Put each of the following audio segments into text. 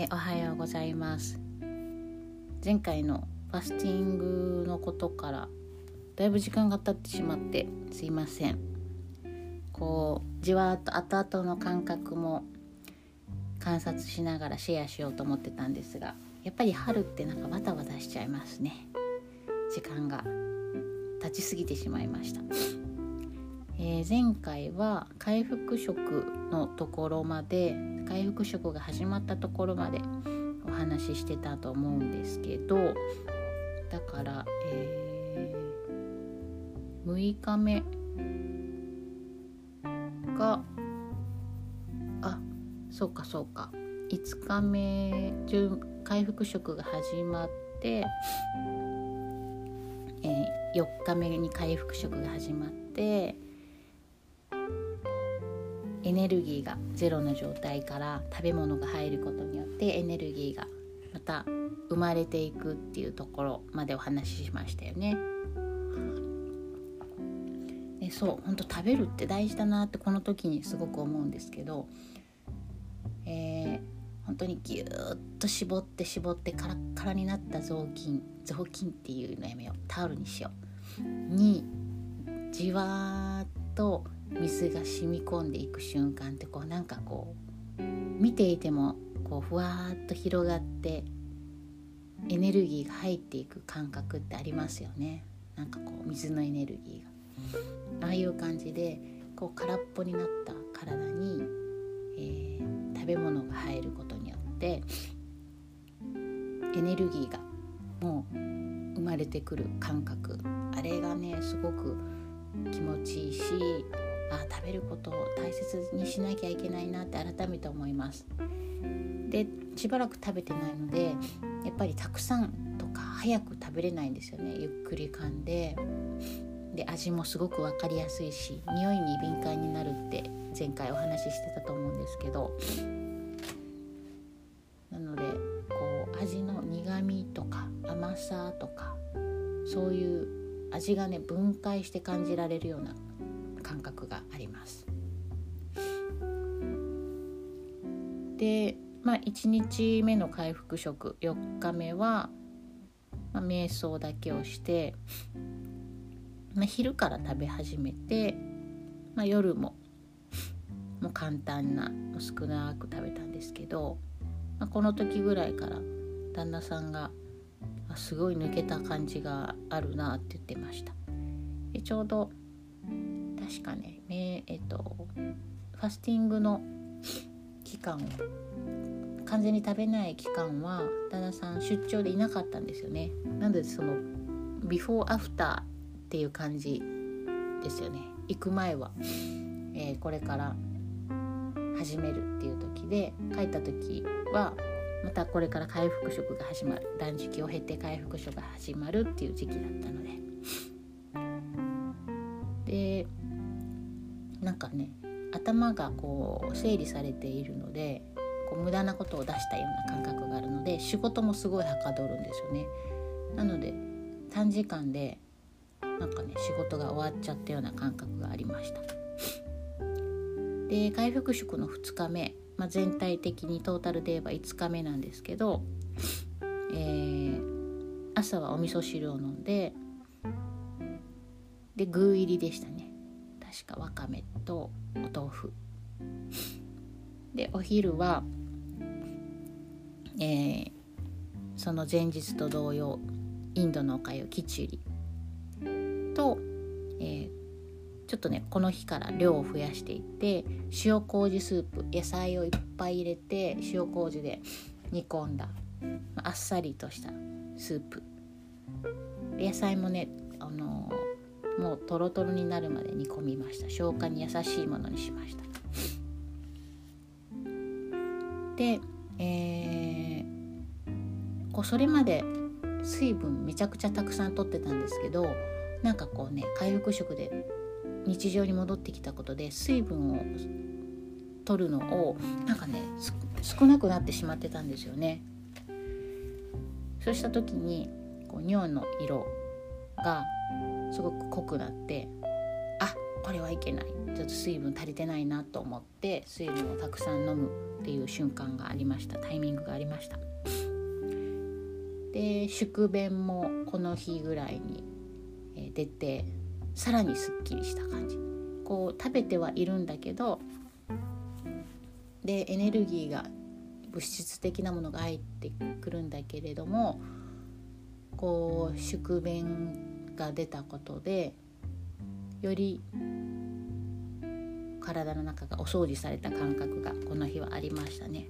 おはようございます。前回のファスティングのことからだいぶ時間が経ってしまってすいません。じわーっと後々の感覚も観察しながらシェアしようと思ってたんですが、やっぱり春ってなんかバタバタしちゃいますね。時間が経ちすぎてしまいました。前回は回復食のところまで、回復食が始まったところまでお話ししてたと思うんですけど、だから、6日目がそうか5日目回復食が始まって、4日目に回復食が始まって、エネルギーがゼロの状態から食べ物が入ることによってエネルギーがまた生まれていくっていうところまでお話ししましたよね。で、そう本当食べるって大事だなってこの時にすごく思うんですけど、本当にギューッと絞ってカラッカラになった雑巾っていうのやめよう、タオルにしようにじわーっと水が染み込んでいく瞬間って見ていてもふわーっと広がってエネルギーが入っていく感覚ってありますよね。水のエネルギーがああいう感じで空っぽになった体に、食べ物が入ることによってエネルギーがもう生まれてくる感覚、あれがねすごく気持ちいいし、食べることを大切にしなきゃいけないなって改めて思います。で、しばらく食べてないのでやっぱりたくさんとか早く食べれないんですよね。ゆっくり噛んで、味もすごく分かりやすいし、匂いに敏感になるって前回お話ししてたと思うんですけど、なので味の苦味とか甘さとかそういう味がね分解して感じられるような感覚があります。で、1日目の回復食、4日目は、瞑想だけをして、昼から食べ始めて、夜もう簡単な少なく食べたんですけど、この時ぐらいから旦那さんがすごい抜けた感じがあるなって言ってました。で、ちょうど確かね、ファスティングの期間を完全に食べない期間は旦那さん出張でいなかったんですよね。なのでそのビフォーアフターっていう感じですよね。行く前は、これから始めるっていう時で、帰った時はまたこれから回復食が始まる、断食を経て回復食が始まるっていう時期だったので、頭が整理されているので無駄なことを出したような感覚があるので、仕事もすごいはかどるんですよね。なので短時間で仕事が終わっちゃったような感覚がありました。で、回復食の2日目、全体的にトータルで言えば5日目なんですけど、朝はお味噌汁を飲んで、具入りでしたね。確かわかめとお豆腐で、お昼は、その前日と同様インドのおかゆキチュリと、ちょっとねこの日から量を増やしていって塩麹スープ、野菜をいっぱい入れて塩麹で煮込んだ、あっさりとしたスープ、野菜もねもうトロトロになるまで煮込みました。消化に優しいものにしました。で、それまで水分めちゃくちゃたくさん取ってたんですけど、回復食で日常に戻ってきたことで水分を取るのを少なくなってしまってたんですよね。そうした時に尿の色がすごく濃くなって、 これはいけない、ちょっと水分足りてないなと思って水分をたくさん飲むっていう瞬間がありました。タイミングがありました。で宿便もこの日ぐらいに出て、さらにすっきりした感じ。こう食べてはいるんだけど、でエネルギーが物質的なものが入ってくるんだけれども、こう宿便が出たことでより体の中がお掃除された感覚がこの日はありましたね。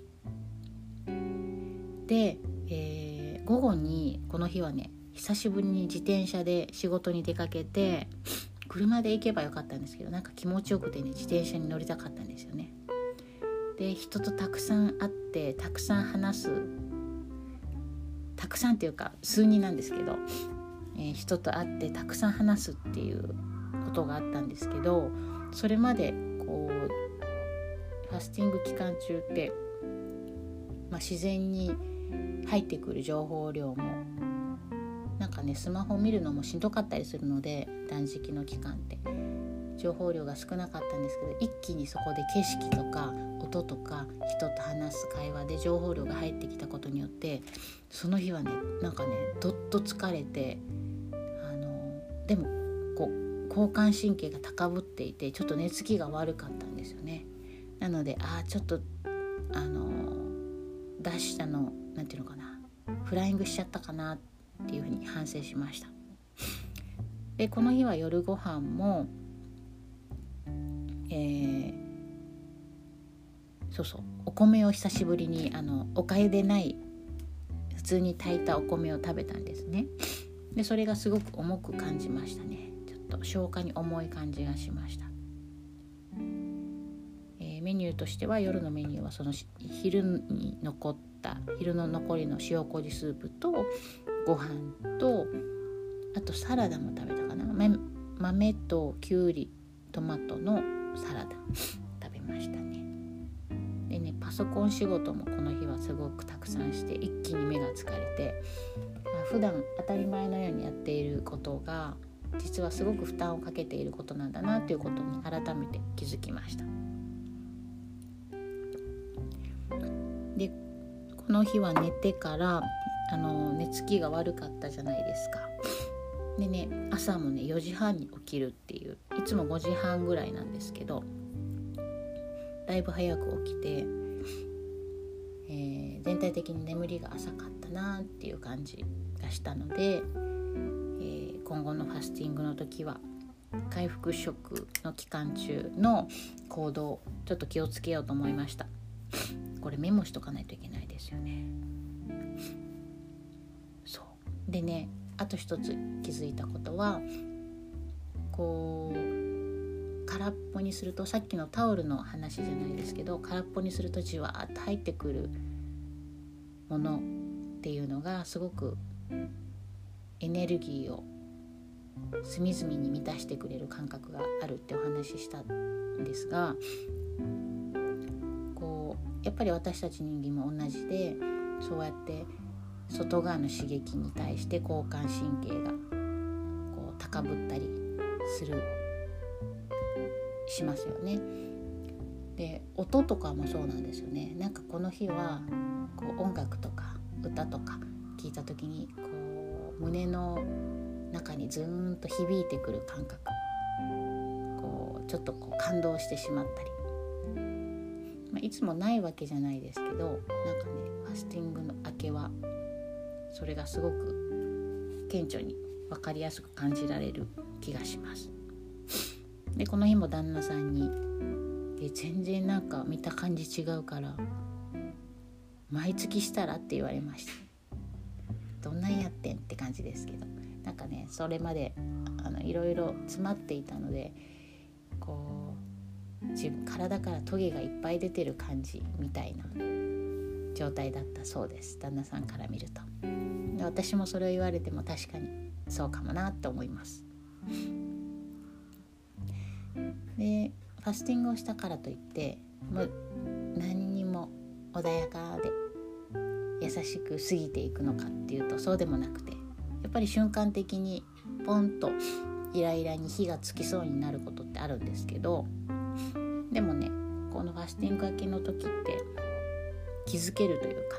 で、午後にこの日はね、久しぶりに自転車で仕事に出かけて、車で行けばよかったんですけど、なんか気持ちよくてね、自転車に乗りたかったんですよね。で人とたくさん会ってたくさん話す、たくさんっていうか数人なんですけど、人と会ってたくさん話すっていうことがあったんですけど、それまでこうファスティング期間中って、自然に入ってくる情報量もなんかね、スマホ見るのもしんどかったりするので、断食の期間って情報量が少なかったんですけど、一気にそこで景色とか音とか人と話す会話で情報量が入ってきたことによって、その日はね、なんかねどっと疲れて、でもこう交感神経が高ぶっていて、ちょっと寝つきが悪かったんですよね。なのでちょっと出したのなんていうのかな、フライングしちゃったかなっていうふうに反省しました。でこの日は夜ご飯も、お米を久しぶりにおかゆでない普通に炊いたお米を食べたんですね。でそれがすごく重く感じましたね。ちょっと消化に重い感じがしました。メニューとしては、夜のメニューはその昼の残りの塩麹スープとご飯と、あとサラダも食べたかな。豆ときゅうりトマトのサラダ食べましたね。でね、パソコン仕事もこの日はすごくたくさんして、一気に目が疲れて、普段当たり前のようにやっていることが実はすごく負担をかけていることなんだなということに改めて気づきました。でこの日は寝てから寝つきが悪かったじゃないですか。でね、朝もね4時半に起きるっていう、いつも5時半ぐらいなんですけど、だいぶ早く起きて、全体的に眠りが浅かったなっていう感じがしたので、今後のファスティングの時は回復食の期間中の行動ちょっと気をつけようと思いました。これメモしとかないといけないですよね。そうでね、あと一つ気づいたことは、こう空っぽにすると、さっきのタオルの話じゃないですけど、空っぽにするとじわーっと入ってくるものっていうのがすごくエネルギーを隅々に満たしてくれる感覚があるってお話ししたんですが、こうやっぱり私たち人間も同じで、そうやって外側の刺激に対して交感神経がこう高ぶったりしますよね。で音とかもそうなんですよね。なんかこの日はこう音楽とか歌とか聞いた時にこう胸の中にずーんと響いてくる感覚、こうちょっとこう感動してしまったり、いつもないわけじゃないですけど、なんかねファスティングの明けはそれがすごく顕著に分かりやすく感じられる気がします。でこの日も旦那さんに全然なんか見た感じ違うから毎月したらって言われました。どんなんやってんって感じですけど、なんかねそれまでいろいろ詰まっていたので、こう体からトゲがいっぱい出てる感じみたいな状態だったそうです、旦那さんから見ると。で私もそれを言われても確かにそうかもなって思います。でファスティングをしたからといってもう何にも穏やかで優しく過ぎていくのかっていうとそうでもなくて、やっぱり瞬間的にポンとイライラに火がつきそうになることってあるんですけど、でもねこのファスティング明けの時って気づけるというか、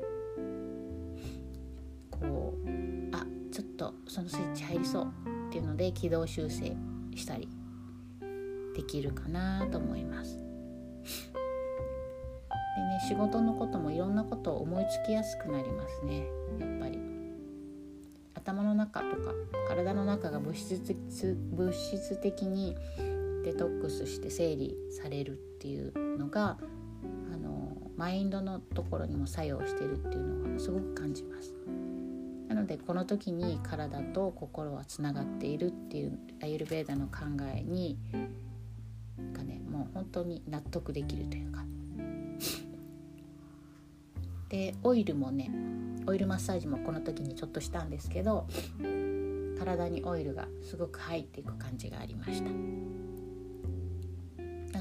こうちょっとそのスイッチ入りそうっていうので軌道修正したりできるかなと思います。でね、仕事のこともいろんなことを思いつきやすくなりますね。やっぱり頭の中とか体の中が物質的にデトックスして整理されるっていうのがマインドのところにも作用しているっていうのがすごく感じます。なのでこの時に体と心はつながっているっていうアーユルヴェーダの考えにがね、もう本当に納得できるというか。でオイルもね、オイルマッサージもこの時にちょっとしたんですけど、体にオイルがすごく入っていく感じがありました。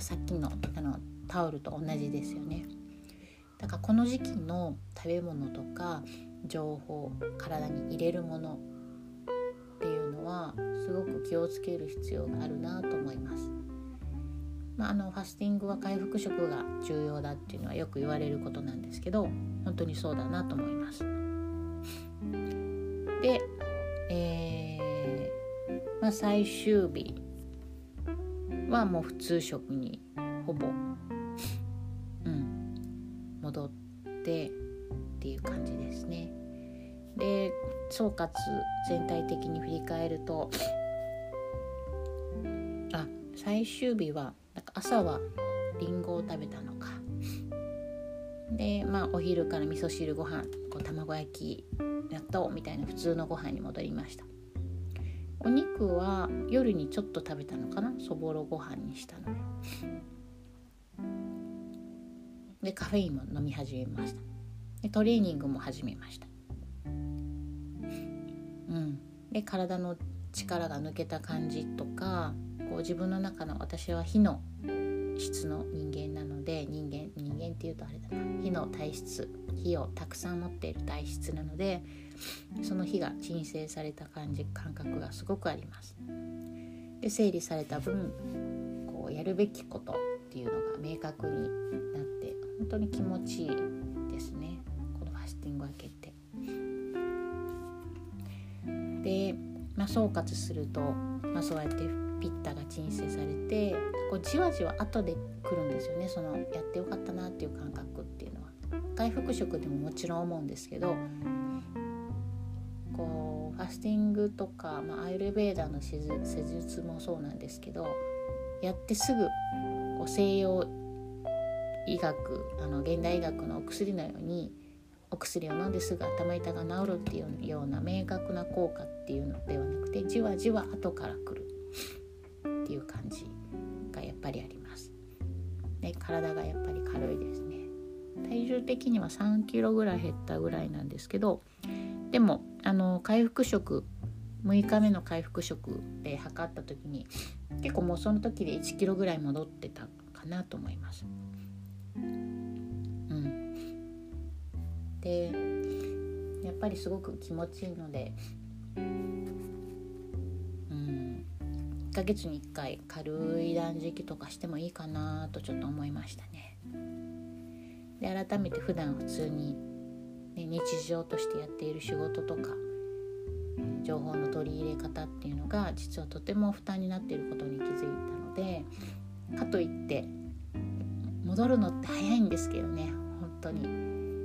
さっきのタオルと同じですよね。だからこの時期の食べ物とか情報、体に入れるものっていうのはすごく気をつける必要があるなと思います。ファスティングは回復食が重要だっていうのはよく言われることなんですけど、本当にそうだなと思います。で、最終日はもう普通食にほぼ、戻ってっていう感じですね。で、総括全体的に振り返ると、最終日は朝はリンゴを食べたのかで、お昼から味噌汁ご飯、卵焼き、納豆みたいな普通のご飯に戻りました。お肉は夜にちょっと食べたのかな、そぼろご飯にしたので、カフェインも飲み始めました。でトレーニングも始めました。で体の力が抜けた感じとか、自分の中の、私は火の質の人間なので、人間っていうとあれだな、火の体質、火をたくさん持っている体質なので、その火が鎮静された感覚がすごくあります。で整理された分、やるべきことっていうのが明確になって本当に気持ちいいですね、このファスティング明けて。で、総括すると、そうやってピッタが鎮静されて、じわじわ後で来るんですよね、そのやってよかったなっていう感覚っていうのは。回復食でももちろん思うんですけど、ファスティングとか、アーユルヴェーダの施術もそうなんですけど、やってすぐ西洋医学、現代医学のお薬のようにお薬を飲んですぐ頭痛が治るっていうような明確な効果っていうのではなくて、じわじわ後から来るっていう感じがやっぱりあります。で、体がやっぱり軽いですね。体重的には3キロぐらい減ったぐらいなんですけど、でも回復食、6日目の回復食で測った時に結構もうその時で1キロぐらい戻ってたかなと思います。で、やっぱりすごく気持ちいいので、1ヶ月に1回軽い断食とかしてもいいかなとちょっと思いましたね。で、改めて普段普通に、日常としてやっている仕事とか情報の取り入れ方っていうのが実はとても負担になっていることに気づいたので、かといって戻るのって早いんですけどね、本当に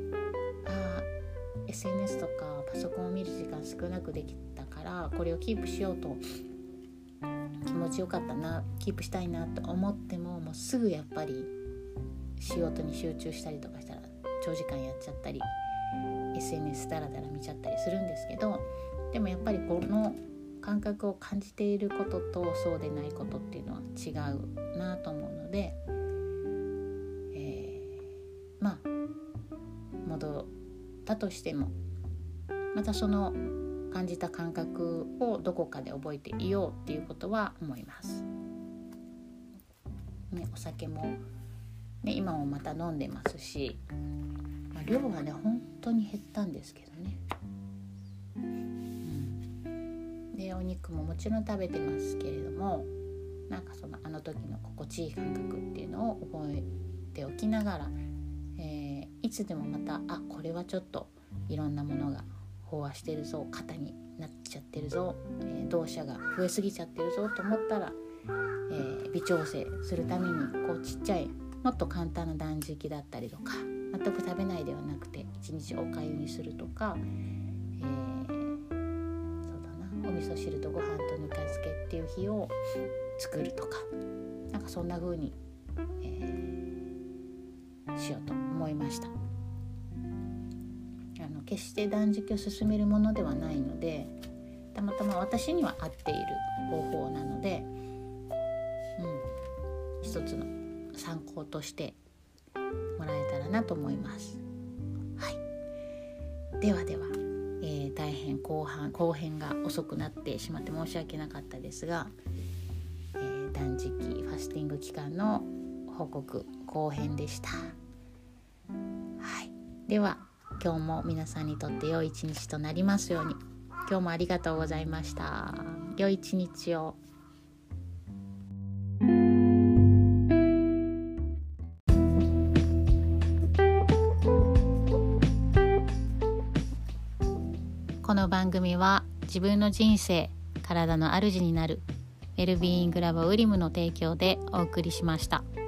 SNS とかパソコンを見る時間少なくできたから、これをキープしようと気持ちよかったな、キープしたいなと思っても、もうすぐやっぱり仕事に集中したりとかしたら長時間やっちゃったり SNS だらだら見ちゃったりするんですけど、でもやっぱりこの感覚を感じていることとそうでないことっていうのは違うなと思うので、戻ったとしてもまたその感じた感覚をどこかで覚えていようっていうことは思います、お酒も、今もまた飲んでますし、量はね本当に減ったんですけどね、 でお肉ももちろん食べてますけれども、なんかあの時の心地いい感覚っていうのを覚えておきながら、いつでもまたこれはちょっといろんなものが飽和してるぞ、肩になっちゃってるぞ、動作が増えすぎちゃってるぞと思ったら、微調整するためにちっちゃいもっと簡単な断食だったりとか、全く食べないではなくて1日おかゆにするとか、お味噌汁とご飯とぬか漬けっていう日を作るとか、なんかそんな風に、しようと思いました。決して断食を進めるものではないので、たまたま私には合っている方法なので、一つの参考としてもらえたらなと思います。はい、では、大変後編が遅くなってしまって申し訳なかったですが、断食ファスティング期間の報告後編でした。はい、では今日も皆さんにとって良い一日となりますように。今日もありがとうございました。良い一日を。この番組は自分の人生、体の主になるウェルビーイングラボウリムの提供でお送りしました。